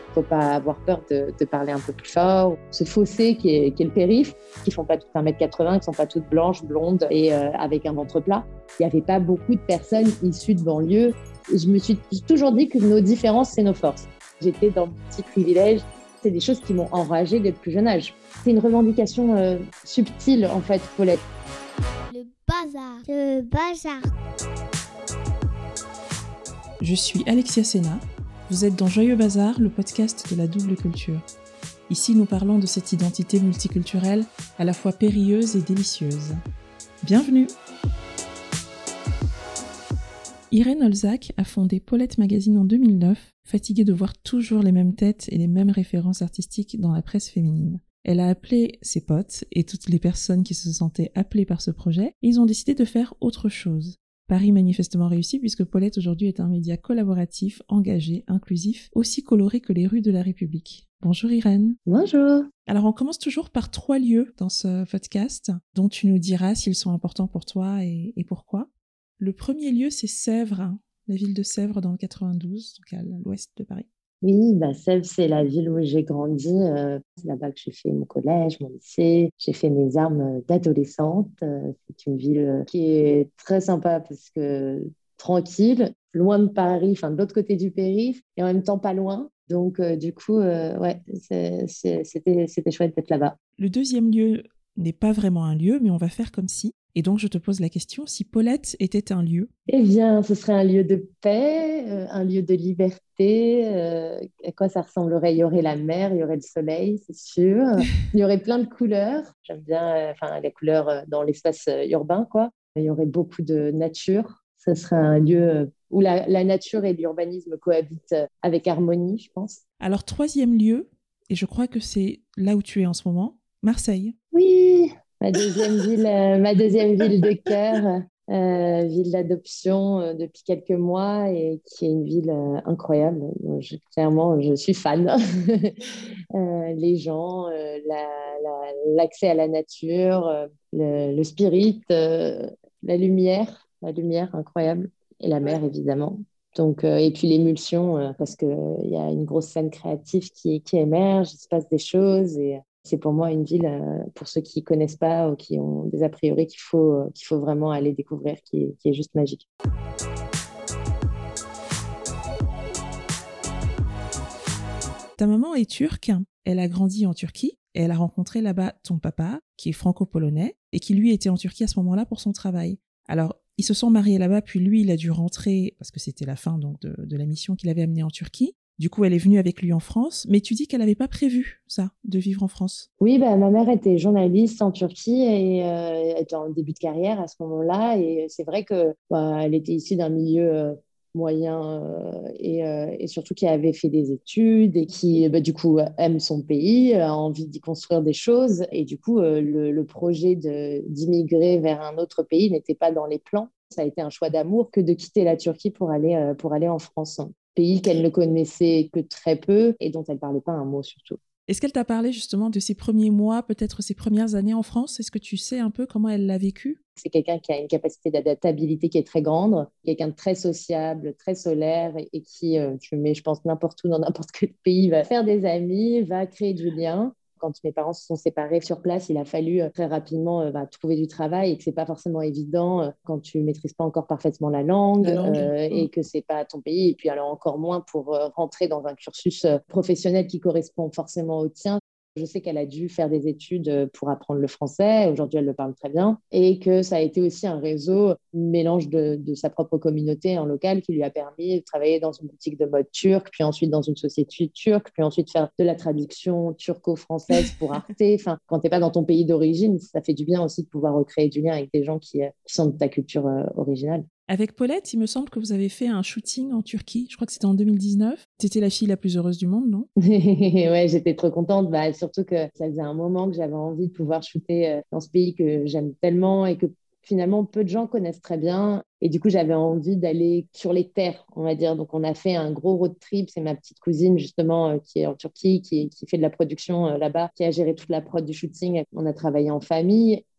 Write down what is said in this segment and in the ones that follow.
Faut pas avoir peur de parler un peu plus fort. Ce fossé qui est le périph', qui font pas toutes 1m80, qui sont pas toutes blanches, blondes et avec un ventre plat. Il n'y avait pas beaucoup de personnes issues de banlieue. Je me suis toujours dit que nos différences, c'est nos forces. J'étais dans mon petit privilège. C'est des choses qui m'ont enragée dès le plus jeune âge. C'est une revendication subtile, en fait, Paulette. Le bazar. Le bazar. Je suis Alexia Sena. Vous êtes dans Joyeux Bazar, le podcast de la double culture. Ici, nous parlons de cette identité multiculturelle à la fois périlleuse et délicieuse. Bienvenue! Irène Olzac a fondé Paulette Magazine en 2009, fatiguée de voir toujours les mêmes têtes et les mêmes références artistiques dans la presse féminine. Elle a appelé ses potes et toutes les personnes qui se sentaient appelées par ce projet, et ils ont décidé de faire autre chose. Pari manifestement réussi puisque Paulette aujourd'hui est un média collaboratif, engagé, inclusif, aussi coloré que les rues de la République. Bonjour Irène. Bonjour. Alors on commence toujours par 3 lieux dans ce podcast dont tu nous diras s'ils sont importants pour toi et pourquoi. Le premier lieu c'est Sèvres, la ville de Sèvres dans le 92, donc à l'ouest de Paris. Oui, Sèvres, c'est la ville où j'ai grandi. C'est là-bas que j'ai fait mon collège, mon lycée. J'ai fait mes armes d'adolescente. C'est une ville qui est très sympa parce que tranquille, loin de Paris, enfin de l'autre côté du périph', et en même temps pas loin. Donc, du coup, ouais, c'était chouette d'être là-bas. Le deuxième lieu n'est pas vraiment un lieu, mais on va faire comme si. Et donc, je te pose la question, si Paulette était un lieu? Eh bien, ce serait un lieu de paix, un lieu de liberté. À quoi ça ressemblerait? Il y aurait la mer, il y aurait le soleil, c'est sûr. Il y aurait plein de couleurs. J'aime bien les couleurs dans l'espace urbain, quoi. Il y aurait beaucoup de nature. Ce serait un lieu où la nature et l'urbanisme cohabitent avec harmonie, je pense. Alors, troisième lieu, et je crois que c'est là où tu es en ce moment, Marseille. Oui, ma deuxième ville de cœur, ville d'adoption depuis quelques mois et qui est une ville incroyable. Clairement, je suis fan. Les gens, l'accès à la nature, le spirit, la lumière incroyable et la mer évidemment. Donc, et puis l'émulsion, parce qu'il y a une grosse scène créative qui émerge, il se passe des choses et c'est pour moi une ville, pour ceux qui ne connaissent pas ou qui ont des a priori qu'il faut vraiment aller découvrir, qui est juste magique. Ta maman est turque, elle a grandi en Turquie et elle a rencontré là-bas ton papa, qui est franco-polonais et qui lui était en Turquie à ce moment-là pour son travail. Alors, ils se sont mariés là-bas, puis lui, il a dû rentrer, parce que c'était la fin donc, de la mission qu'il avait amenée en Turquie. Du coup, elle est venue avec lui en France, mais tu dis qu'elle n'avait pas prévu ça, de vivre en France. Oui, ma mère était journaliste en Turquie et était en début de carrière à ce moment-là. Et c'est vrai que elle était issue d'un milieu moyen et surtout qui avait fait des études et qui, du coup, aime son pays, a envie d'y construire des choses. Et du coup, le projet d'immigrer vers un autre pays n'était pas dans les plans. Ça a été un choix d'amour que de quitter la Turquie pour aller en France. Pays qu'elle ne connaissait que très peu et dont elle ne parlait pas un mot surtout. Est-ce qu'elle t'a parlé justement de ses premiers mois, peut-être ses premières années en France? Est-ce que tu sais un peu comment elle l'a vécu? C'est quelqu'un qui a une capacité d'adaptabilité qui est très grande, quelqu'un de très sociable, très solaire et qui, tu le mets, je pense, n'importe où, dans n'importe quel pays, va faire des amis, va créer du lien. Quand mes parents se sont séparés sur place, il a fallu très rapidement trouver du travail et que c'est pas forcément évident quand tu maîtrises pas encore parfaitement la langue. Et que c'est pas ton pays. Et puis alors encore moins pour rentrer dans un cursus professionnel qui correspond forcément au tien. Je sais qu'elle a dû faire des études pour apprendre le français. Aujourd'hui, elle le parle très bien. Et que ça a été aussi un réseau, mélange de sa propre communauté en local qui lui a permis de travailler dans une boutique de mode turque, puis ensuite dans une société turque, puis ensuite faire de la traduction turco-française pour Arte. Enfin, quand tu n'es pas dans ton pays d'origine, ça fait du bien aussi de pouvoir recréer du lien avec des gens qui sont de ta culture originale. Avec Paulette, il me semble que vous avez fait un shooting en Turquie. Je crois que c'était en 2019. Tu étais la fille la plus heureuse du monde, non? Ouais, j'étais trop contente. Surtout que ça faisait un moment que j'avais envie de pouvoir shooter dans ce pays que j'aime tellement et que finalement peu de gens connaissent très bien. Et du coup, j'avais envie d'aller sur les terres, on va dire. Donc, on a fait un gros road trip. C'est ma petite cousine, justement, qui est en Turquie, qui fait de la production là-bas, qui a géré toute la prod du shooting. On a travaillé en famille.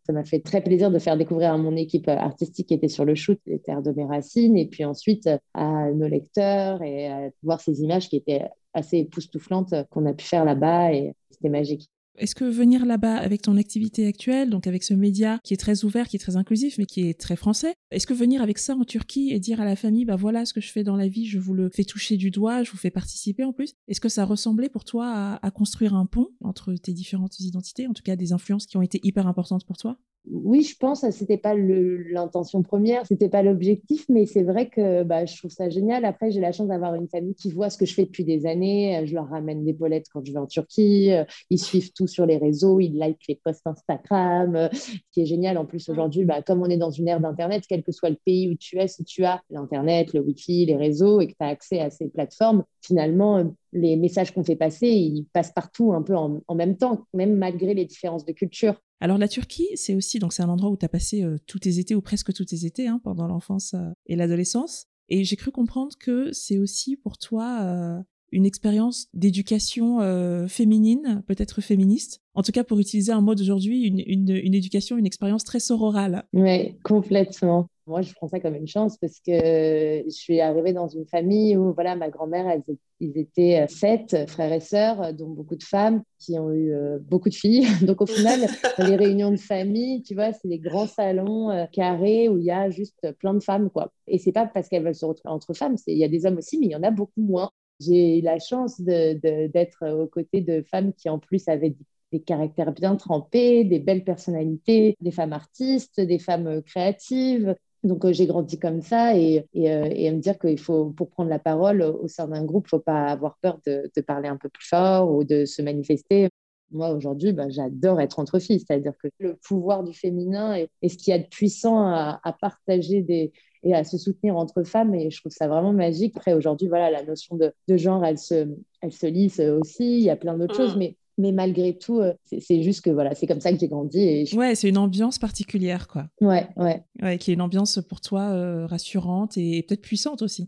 Ça m'a fait très plaisir de faire découvrir à mon équipe artistique qui était sur le shoot les terres de mes racines, et puis ensuite à nos lecteurs et à voir ces images qui étaient assez époustouflantes qu'on a pu faire là-bas, et c'était magique. Est-ce que venir là-bas avec ton activité actuelle, donc avec ce média qui est très ouvert, qui est très inclusif, mais qui est très français, est-ce que venir avec ça en Turquie et dire à la famille, bah voilà ce que je fais dans la vie, je vous le fais toucher du doigt, je vous fais participer en plus, est-ce que ça ressemblait pour toi à construire un pont entre tes différentes identités, en tout cas des influences qui ont été hyper importantes pour toi? Oui, je pense que c'était pas l'intention première, c'était pas l'objectif, mais c'est vrai que je trouve ça génial. Après, j'ai la chance d'avoir une famille qui voit ce que je fais depuis des années. Je leur ramène des polettes quand je vais en Turquie. Ils suivent tout sur les réseaux, ils likent les posts Instagram. Ce qui est génial en plus aujourd'hui, comme on est dans une ère d'Internet, quel que soit le pays où tu es, si tu as l'Internet, le Wi-Fi, les réseaux et que tu as accès à ces plateformes, finalement, les messages qu'on fait passer, ils passent partout un peu en même temps, même malgré les différences de culture. Alors la Turquie, c'est aussi donc c'est un endroit où tu as passé tous tes étés ou presque tous tes étés pendant l'enfance et l'adolescence. Et j'ai cru comprendre que c'est aussi pour toi une expérience d'éducation féminine, peut-être féministe. En tout cas, pour utiliser un mot d'aujourd'hui, une éducation, une expérience très sororale. Oui, complètement. Moi, je prends ça comme une chance parce que je suis arrivée dans une famille où voilà, ma grand-mère, ils étaient 7 frères et sœurs, dont beaucoup de femmes qui ont eu beaucoup de filles. Donc au final, dans les réunions de famille, tu vois, c'est des grands salons carrés où il y a juste plein de femmes, quoi. Et c'est pas parce qu'elles veulent se retrouver entre femmes, il y a des hommes aussi, mais il y en a beaucoup moins. J'ai eu la chance d'être aux côtés de femmes qui en plus avaient des caractères bien trempés, des belles personnalités, des femmes artistes, des femmes créatives. Donc, j'ai grandi comme ça et me dire qu'il faut, pour prendre la parole au sein d'un groupe, il ne faut pas avoir peur de parler un peu plus fort ou de se manifester. Moi, aujourd'hui, j'adore être entre filles, c'est-à-dire que le pouvoir du féminin est ce qu'il y a de puissant à partager et à se soutenir entre femmes, et je trouve ça vraiment magique. Après, aujourd'hui, voilà, la notion de genre, elle se lisse aussi, il y a plein d'autres choses, mais malgré tout, c'est juste que voilà, c'est comme ça que j'ai grandi. Ouais, c'est une ambiance particulière, quoi. Ouais, ouais. Ouais, qui est une ambiance pour toi rassurante et peut-être puissante aussi.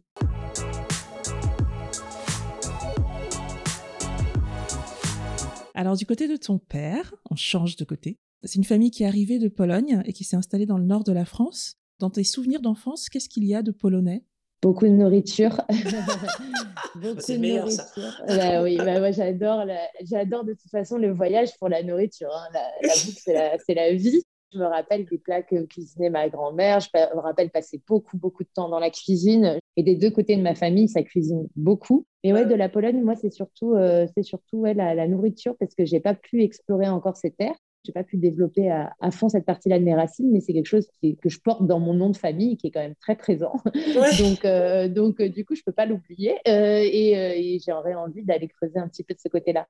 Alors, du côté de ton père, on change de côté. C'est une famille qui est arrivée de Pologne et qui s'est installée dans le nord de la France. Dans tes souvenirs d'enfance, qu'est-ce qu'il y a de polonais? Beaucoup de nourriture. C'est meilleur, ça. Oui, moi, j'adore de toute façon le voyage pour la nourriture. La bouffe, c'est la vie. Je me rappelle des plats que cuisinait ma grand-mère. Je me rappelle passer beaucoup, beaucoup de temps dans la cuisine. Et des deux côtés de ma famille, ça cuisine beaucoup. Mais ouais, de la Pologne, moi, c'est surtout la nourriture parce que j'ai pas pu explorer encore ces terres. Je n'ai pas pu développer à fond cette partie-là de mes racines, mais c'est quelque chose que je porte dans mon nom de famille, qui est quand même très présent. Ouais. Donc, du coup, je ne peux pas l'oublier. Et j'aurais envie d'aller creuser un petit peu de ce côté-là.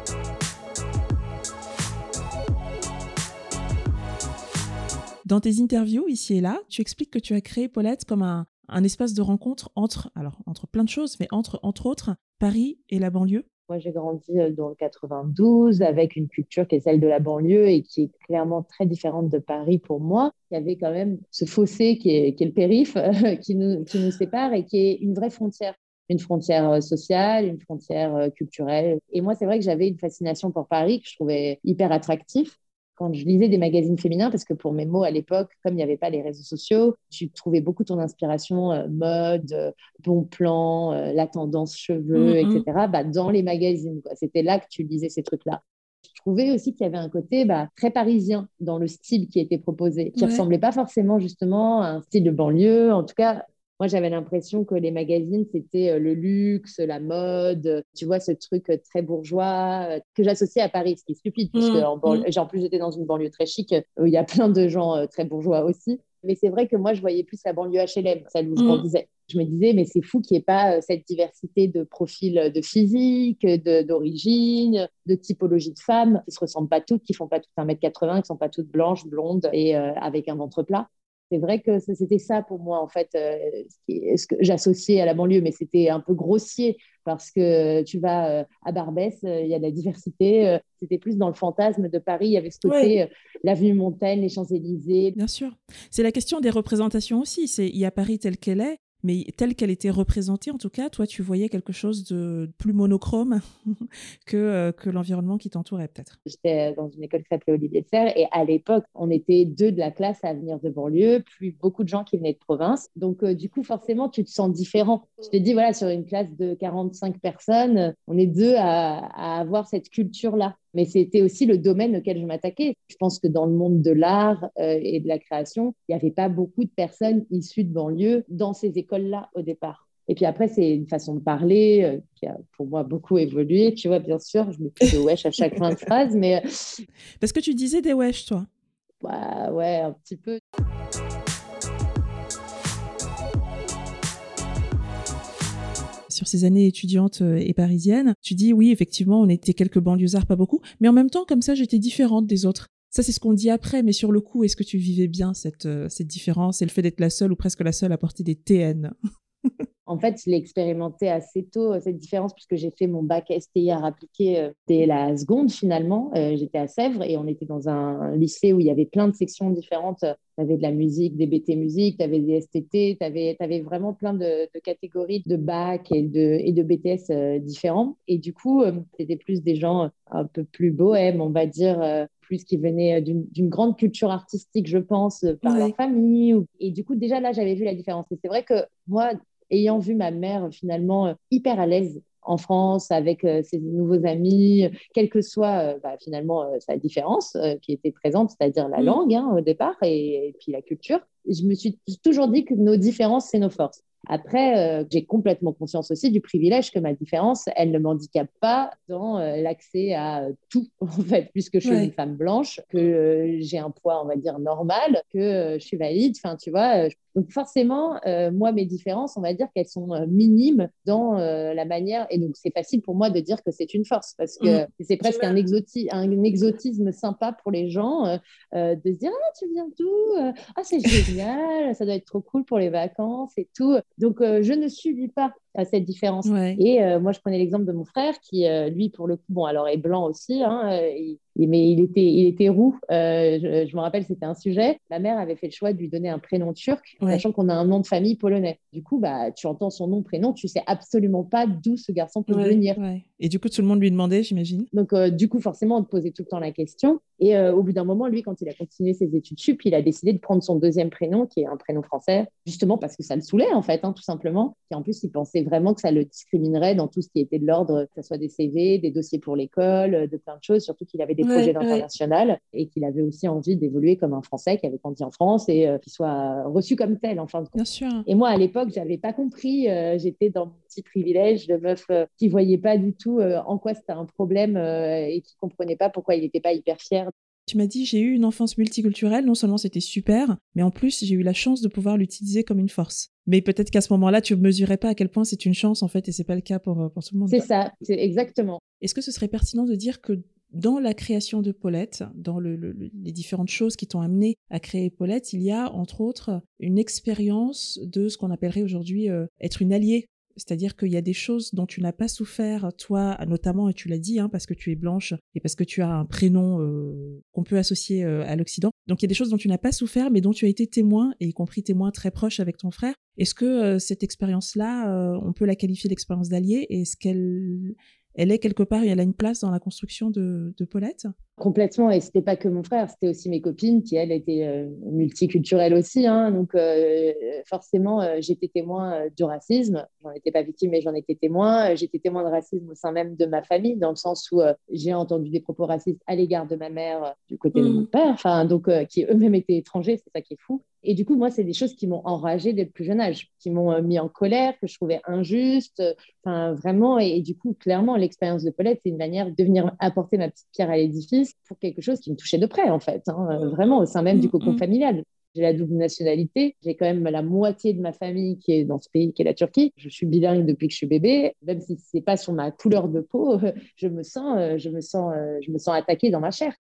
Dans tes interviews, ici et là, tu expliques que tu as créé Paulette comme un espace de rencontre entre plein de choses, mais entre autres, Paris et la banlieue. Moi, j'ai grandi dans le 92 avec une culture qui est celle de la banlieue et qui est clairement très différente de Paris pour moi. Il y avait quand même ce fossé qui est le périph' qui nous sépare et qui est une vraie frontière. Une frontière sociale, une frontière culturelle. Et moi, c'est vrai que j'avais une fascination pour Paris que je trouvais hyper attractif. Quand je lisais des magazines féminins, parce que pour mes mots à l'époque, comme il n'y avait pas les réseaux sociaux, tu trouvais beaucoup ton inspiration mode, bon plan, la tendance cheveux, etc. Dans les magazines, quoi. C'était là que tu lisais ces trucs-là. Je trouvais aussi qu'il y avait un côté très parisien dans le style qui était proposé, qui ressemblait pas forcément justement à un style de banlieue. En tout cas, moi, j'avais l'impression que les magazines, c'était le luxe, la mode, tu vois, ce truc très bourgeois que j'associais à Paris, ce qui est stupide, puisque en plus, j'étais dans une banlieue très chic où il y a plein de gens très bourgeois aussi. Mais c'est vrai que moi, je voyais plus la banlieue HLM, celle où je grandissais. Je me disais, mais c'est fou qu'il n'y ait pas cette diversité de profils de physique, d'origine, de typologie de femmes, qui ne se ressemblent pas toutes, qui ne font pas toutes 1m80, qui ne sont pas toutes blanches, blondes et avec un ventre plat. C'est vrai que c'était ça pour moi, en fait, ce que j'associais à la banlieue, mais c'était un peu grossier parce que tu vas à Barbès, il y a de la diversité. C'était plus dans le fantasme de Paris. Il y avait ce côté, l'avenue Montaigne, les Champs-Élysées. Bien sûr. C'est la question des représentations aussi. Il y a Paris telle qu'elle est, Mais telle qu'elle était représentée, en tout cas, toi, tu voyais quelque chose de plus monochrome que l'environnement qui t'entourait, peut-être. J'étais dans une école qui s'appelait Olivier de Serres et à l'époque, on était 2 de la classe à venir de banlieue, plus beaucoup de gens qui venaient de province. Donc, du coup, forcément, tu te sens différent. Je te dis, voilà, sur une classe de 45 personnes, on est 2 à avoir cette culture-là. Mais c'était aussi le domaine auquel je m'attaquais. Je pense que dans le monde de l'art et de la création, il n'y avait pas beaucoup de personnes issues de banlieue dans ces écoles-là au départ. Et puis après, c'est une façon de parler qui a pour moi beaucoup évolué. Tu vois, bien sûr, je mets plus de wesh à chaque fin de phrase, mais Parce que tu disais des wesh, toi. bah, ouais, un petit peu. Sur ces années étudiantes et parisiennes, tu dis oui, effectivement, on était quelques banlieusards, pas beaucoup, mais en même temps, comme ça, j'étais différente des autres. Ça, c'est ce qu'on dit après, mais sur le coup, est-ce que tu vivais bien cette différence et le fait d'être la seule ou presque la seule à porter des TN? En fait, je l'ai expérimenté assez tôt, cette différence, puisque j'ai fait mon bac STI art appliqué dès la seconde, finalement. J'étais à Sèvres et on était dans un lycée où il y avait plein de sections différentes. Tu avais de la musique, des BT musique, tu avais des STT, tu avais vraiment plein de catégories de bac et de BTS différents. Et du coup, c'était plus des gens un peu plus bohèmes, on va dire, plus qui venaient d'une grande culture artistique, je pense, par leur famille. Et du coup, déjà là, j'avais vu la différence. Et c'est vrai que moi, ayant vu ma mère finalement hyper à l'aise en France avec ses nouveaux amis, quelle que soit finalement sa différence qui était présente, c'est-à-dire la langue au départ et puis la culture, je me suis toujours dit que nos différences, c'est nos forces. Après, j'ai complètement conscience aussi du privilège que ma différence, elle ne m'handicape pas dans l'accès à tout, en fait, puisque je suis une femme blanche, que j'ai un poids, on va dire, normal, que je suis valide, enfin, tu vois. Donc forcément, moi, mes différences, on va dire qu'elles sont minimes dans la manière, et donc c'est facile pour moi de dire que c'est une force, parce que c'est presque un exotisme sympa pour les gens de se dire, ah, tu viens d'où? Ah, c'est génial, ça doit être trop cool pour les vacances et tout. Donc, je ne subis pas à cette différence. Et moi, je prenais l'exemple de mon frère qui, lui, pour le coup, bon, alors est blanc aussi, hein, mais il était roux. Je me rappelle, c'était un sujet. Ma mère avait fait le choix de lui donner un prénom turc, sachant qu'on a un nom de famille polonais. Du coup, bah, tu entends son nom, prénom, tu sais absolument pas d'où ce garçon peut venir. Et du coup, tout le monde lui demandait, j'imagine. Donc, du coup, forcément, on te posait tout le temps la question. Et au bout d'un moment, lui, quand il a continué ses études sup, il a décidé de prendre son deuxième prénom, qui est un prénom français, justement parce que ça le saoulait, en fait, hein, tout simplement. Et en plus, il pensait vraiment que ça le discriminerait dans tout ce qui était de l'ordre, que ce soit des CV, des dossiers pour l'école, de plein de choses, surtout qu'il avait des projets d'international et qu'il avait aussi envie d'évoluer comme un Français qui avait grandi en France et qu'il soit reçu comme tel, en fin de compte. Bien sûr. Et moi, à l'époque, j'avais pas compris. J'étais dans mon petit privilège de meuf qui voyait pas du tout en quoi c'était un problème et qui comprenait pas pourquoi il n'était pas hyper fier. Tu m'as dit, j'ai eu une enfance multiculturelle, non seulement c'était super, mais en plus, j'ai eu la chance de pouvoir l'utiliser comme une force. Mais peut-être qu'à ce moment-là, tu ne mesurais pas à quel point c'est une chance, en fait, et c'est pas le cas pour tout le monde. C'est ça, c'est exactement. Est-ce que ce serait pertinent de dire que dans la création de Paulette, dans les différentes choses qui t'ont amené à créer Paulette, il y a, entre autres, une expérience de ce qu'on appellerait aujourd'hui être une alliée? C'est-à-dire qu'il y a des choses dont tu n'as pas souffert, toi notamment, et tu l'as dit, hein, parce que tu es blanche et parce que tu as un prénom qu'on peut associer à l'Occident. Donc il y a des choses dont tu n'as pas souffert, mais dont tu as été témoin, et y compris témoin très proche avec ton frère. Est-ce que cette expérience-là, on peut la qualifier d'expérience d'allié? Et est-ce qu'elle est quelque part, et elle a une place dans la construction de Paulette? Complètement, et c'était pas que mon frère, c'était aussi mes copines qui, elles, étaient multiculturelles aussi. Hein, donc, forcément, j'étais témoin du racisme. J'en étais pas victime, mais j'en étais témoin. J'étais témoin de racisme au sein même de ma famille, dans le sens où j'ai entendu des propos racistes à l'égard de ma mère du côté de mon père, donc qui eux-mêmes étaient étrangers, c'est ça qui est fou. Et du coup, moi, c'est des choses qui m'ont enragée dès le plus jeune âge, qui m'ont mis en colère, que je trouvais injuste. Enfin, vraiment, et du coup, clairement, l'expérience de Paulette, c'est une manière de venir apporter ma petite pierre à l'édifice pour quelque chose qui me touchait de près, en fait, hein, vraiment, au sein même du cocon familial. J'ai la double nationalité, j'ai quand même la moitié de ma famille qui est dans ce pays, qui est la Turquie. Je suis bilingue depuis que je suis bébé, même si c'est pas sur ma couleur de peau, je me sens attaquée dans ma chair.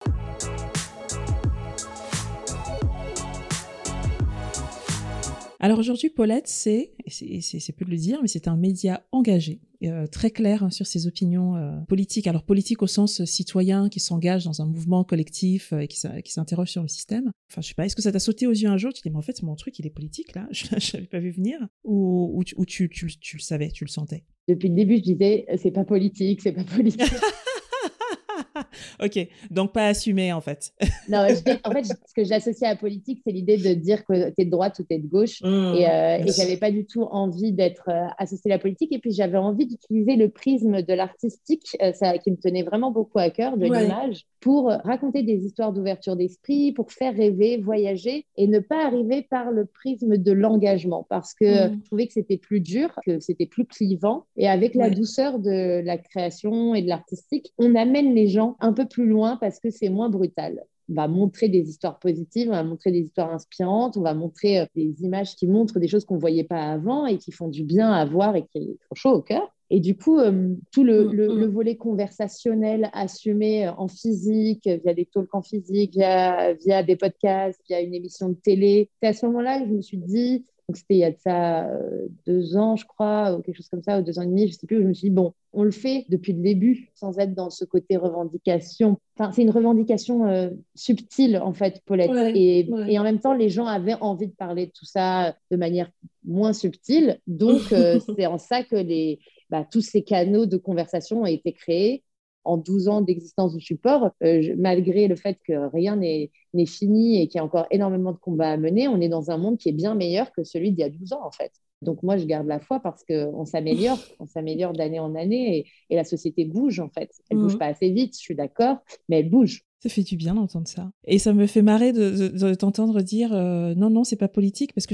Alors aujourd'hui, Paulette, c'est peu de le dire, mais c'est un média engagé, très clair sur ses opinions politiques. Alors politique au sens citoyen, qui s'engage dans un mouvement collectif et qui s'interroge sur le système. Enfin, je sais pas, est-ce que ça t'a sauté aux yeux un jour? Tu te dis, mais en fait, mon truc, il est politique, là. Je l'avais pas vu venir. Ou tu le savais, tu le sentais? Depuis le début, je disais, c'est pas politique, c'est pas politique. Ok, donc pas assumé en fait. Non, en fait, ce que j'associe à la politique, c'est l'idée de dire que tu es de droite ou tu es de gauche. Et je n'avais pas du tout envie d'être associée à la politique. Et puis, j'avais envie d'utiliser le prisme de l'artistique, ça, qui me tenait vraiment beaucoup à cœur, de l'image, pour raconter des histoires d'ouverture d'esprit, pour faire rêver, voyager et ne pas arriver par le prisme de l'engagement. Parce que je trouvais que c'était plus dur, que c'était plus clivant. Et avec la douceur de la création et de l'artistique, on amène les gens un peu plus loin parce que c'est moins brutal. On va montrer des histoires positives, on va montrer des histoires inspirantes, on va montrer des images qui montrent des choses qu'on ne voyait pas avant et qui font du bien à voir et qui font chaud au cœur. Et du coup, tout le volet conversationnel assumé en physique, via des talks en physique, via des podcasts, via une émission de télé, c'est à ce moment-là que je me suis dit, donc c'était il y a de ça 2 ans, je crois, ou quelque chose comme ça, ou 2 ans et demi, je ne sais plus, où je me suis dit, bon, on le fait depuis le début, sans être dans ce côté revendication. Enfin, c'est une revendication subtile, en fait, Paulette. Et en même temps, les gens avaient envie de parler de tout ça de manière moins subtile. Donc, c'est en ça que tous ces canaux de conversation ont été créés en 12 ans d'existence du support, malgré le fait que rien n'est fini et qu'il y a encore énormément de combats à mener, on est dans un monde qui est bien meilleur que celui d'il y a 12 ans, en fait. Donc moi, je garde la foi parce qu'on s'améliore d'année en année et la société bouge, en fait. Elle bouge pas assez vite, je suis d'accord, mais elle bouge. Ça fait du bien d'entendre ça. Et ça me fait marrer de t'entendre dire non, c'est pas politique, parce que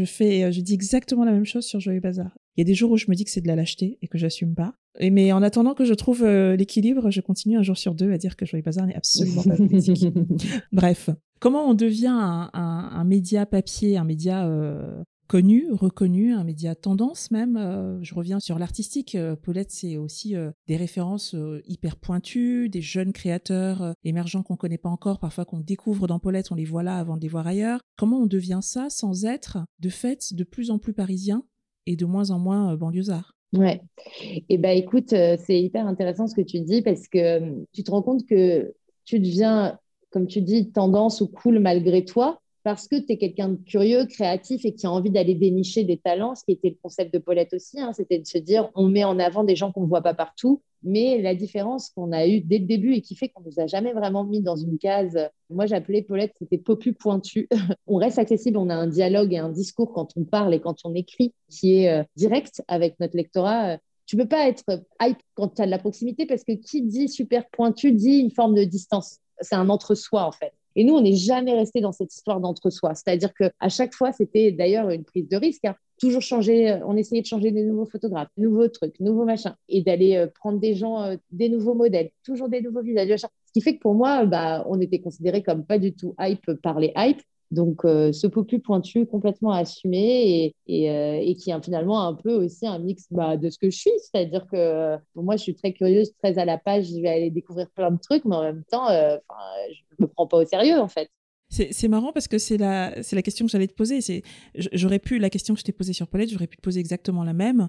je dis exactement la même chose sur Joyeux Bazar. Il y a des jours où je me dis que c'est de la lâcheté et que j'assume pas. Mais en attendant que je trouve l'équilibre, je continue un jour sur 2 à dire que Joyeux Bazar n'est absolument pas politique. Bref, comment on devient un média papier, un média connu, reconnu, un média tendance même. Je reviens sur l'artistique. Paulette, c'est aussi des références hyper pointues, des jeunes créateurs émergents qu'on connaît pas encore, parfois qu'on découvre dans Paulette, on les voit là avant de les voir ailleurs. Comment on devient ça sans être, de fait, de plus en plus parisien et de moins en moins banlieusard? Ouais. Et écoute, c'est hyper intéressant ce que tu dis parce que tu te rends compte que tu deviens, comme tu dis, tendance ou cool malgré toi parce que tu es quelqu'un de curieux, créatif et qui a envie d'aller dénicher des talents, ce qui était le concept de Paulette aussi, hein, c'était de se dire on met en avant des gens qu'on ne voit pas partout. Mais la différence qu'on a eue dès le début et qui fait qu'on ne nous a jamais vraiment mis dans une case, moi j'appelais Paulette, c'était popu pointu. On reste accessible, on a un dialogue et un discours quand on parle et quand on écrit qui est direct avec notre lectorat. Tu ne peux pas être hype quand tu as de la proximité parce que qui dit super pointu dit une forme de distance. C'est un entre-soi en fait. Et nous, on n'est jamais resté dans cette histoire d'entre-soi. C'est-à-dire qu'à chaque fois, c'était d'ailleurs une prise de risque. Hein. Toujours changer, on essayait de changer des nouveaux photographes, nouveaux trucs, nouveaux machins, et d'aller prendre des gens, des nouveaux modèles, toujours des nouveaux visages. Ce qui fait que pour moi, on était considérés comme pas du tout hype par les hype. Donc, ce popu pointu complètement assumé et qui est finalement un peu aussi un mix de ce que je suis. C'est-à-dire que pour moi, je suis très curieuse, très à la page, je vais aller découvrir plein de trucs, mais en même temps, je ne me prends pas au sérieux, en fait. C'est marrant parce que c'est la question que j'allais te poser. J'aurais pu, la question que je t'ai posée sur Paulette, j'aurais pu te poser exactement la même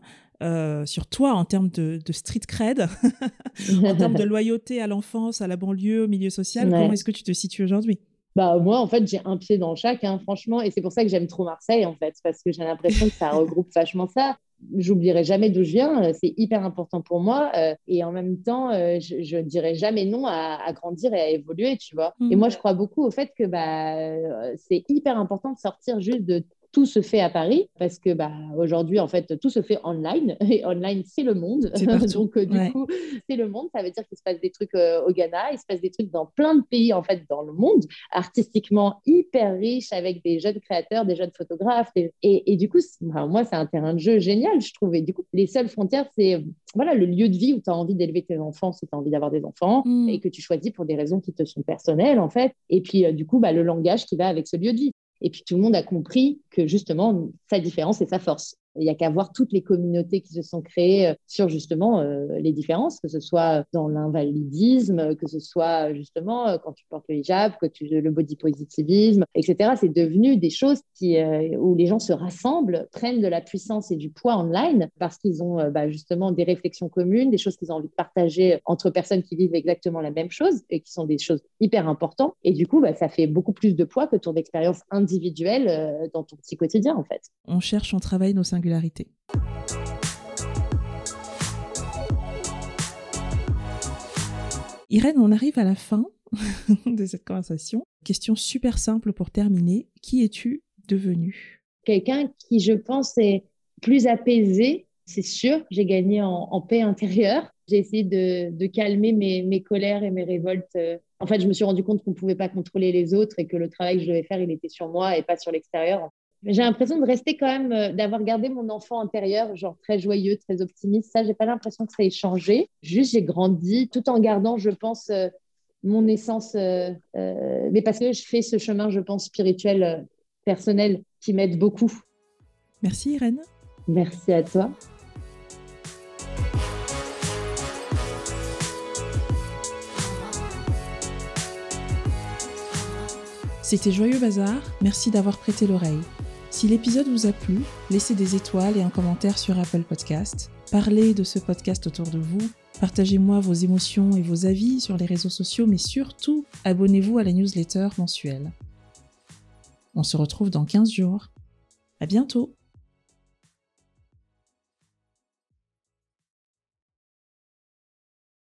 sur toi en termes de street cred, en termes de loyauté à l'enfance, à la banlieue, au milieu social. Ouais. Comment est-ce que tu te situes aujourd'hui ? Moi, en fait, j'ai un pied dans chaque, hein, franchement, et c'est pour ça que j'aime trop Marseille, en fait, parce que j'ai l'impression que ça regroupe vachement ça. J'oublierai jamais d'où je viens, c'est hyper important pour moi, et en même temps, je dirai jamais non à grandir et à évoluer, tu vois. Et moi, je crois beaucoup au fait que c'est hyper important de sortir juste de tout se fait à Paris parce que aujourd'hui, en fait, tout se fait online et online, c'est le monde. Donc, du coup, c'est le monde. Ça veut dire qu'il se passe des trucs au Ghana, il se passe des trucs dans plein de pays, en fait, dans le monde, artistiquement hyper riche avec des jeunes créateurs, des jeunes photographes. Et du coup, moi, c'est un terrain de jeu génial, je trouve. Et du coup, les seules frontières, c'est le lieu de vie où tu as envie d'élever tes enfants si tu as envie d'avoir des enfants et que tu choisis pour des raisons qui te sont personnelles, en fait. Et puis, du coup, le langage qui va avec ce lieu de vie. Et puis, tout le monde a compris que, justement, sa différence, c'est sa force. Il n'y a qu'à voir toutes les communautés qui se sont créées sur justement les différences, que ce soit dans l'invalidisme, que ce soit justement quand tu portes le hijab, le body positivisme, etc. C'est devenu des choses où les gens se rassemblent, prennent de la puissance et du poids online parce qu'ils ont justement des réflexions communes, des choses qu'ils ont envie de partager entre personnes qui vivent exactement la même chose et qui sont des choses hyper importantes. Et du coup, ça fait beaucoup plus de poids que ton expérience individuelle dans ton petit quotidien, en fait. On cherche, on travaille nos singularités. Irène, on arrive à la fin de cette conversation. Question super simple pour terminer. Qui es-tu devenue ? Quelqu'un qui, je pense, est plus apaisé, c'est sûr. J'ai gagné en paix intérieure. J'ai essayé de calmer mes colères et mes révoltes. En fait, je me suis rendu compte qu'on ne pouvait pas contrôler les autres et que le travail que je devais faire, il était sur moi et pas sur l'extérieur. J'ai l'impression de rester quand même, d'avoir gardé mon enfant intérieur, genre très joyeux, très optimiste. Ça, j'ai pas l'impression que ça ait changé. Juste, j'ai grandi tout en gardant, je pense, mon essence. Mais parce que je fais ce chemin, je pense, spirituel, personnel, qui m'aide beaucoup. Merci Irène. Merci à toi. C'était Joyeux Bazar, merci d'avoir prêté l'oreille. Si l'épisode vous a plu, laissez des étoiles et un commentaire sur Apple Podcast. Parlez de ce podcast autour de vous. Partagez-moi vos émotions et vos avis sur les réseaux sociaux, mais surtout, abonnez-vous à la newsletter mensuelle. On se retrouve dans 15 jours. À bientôt!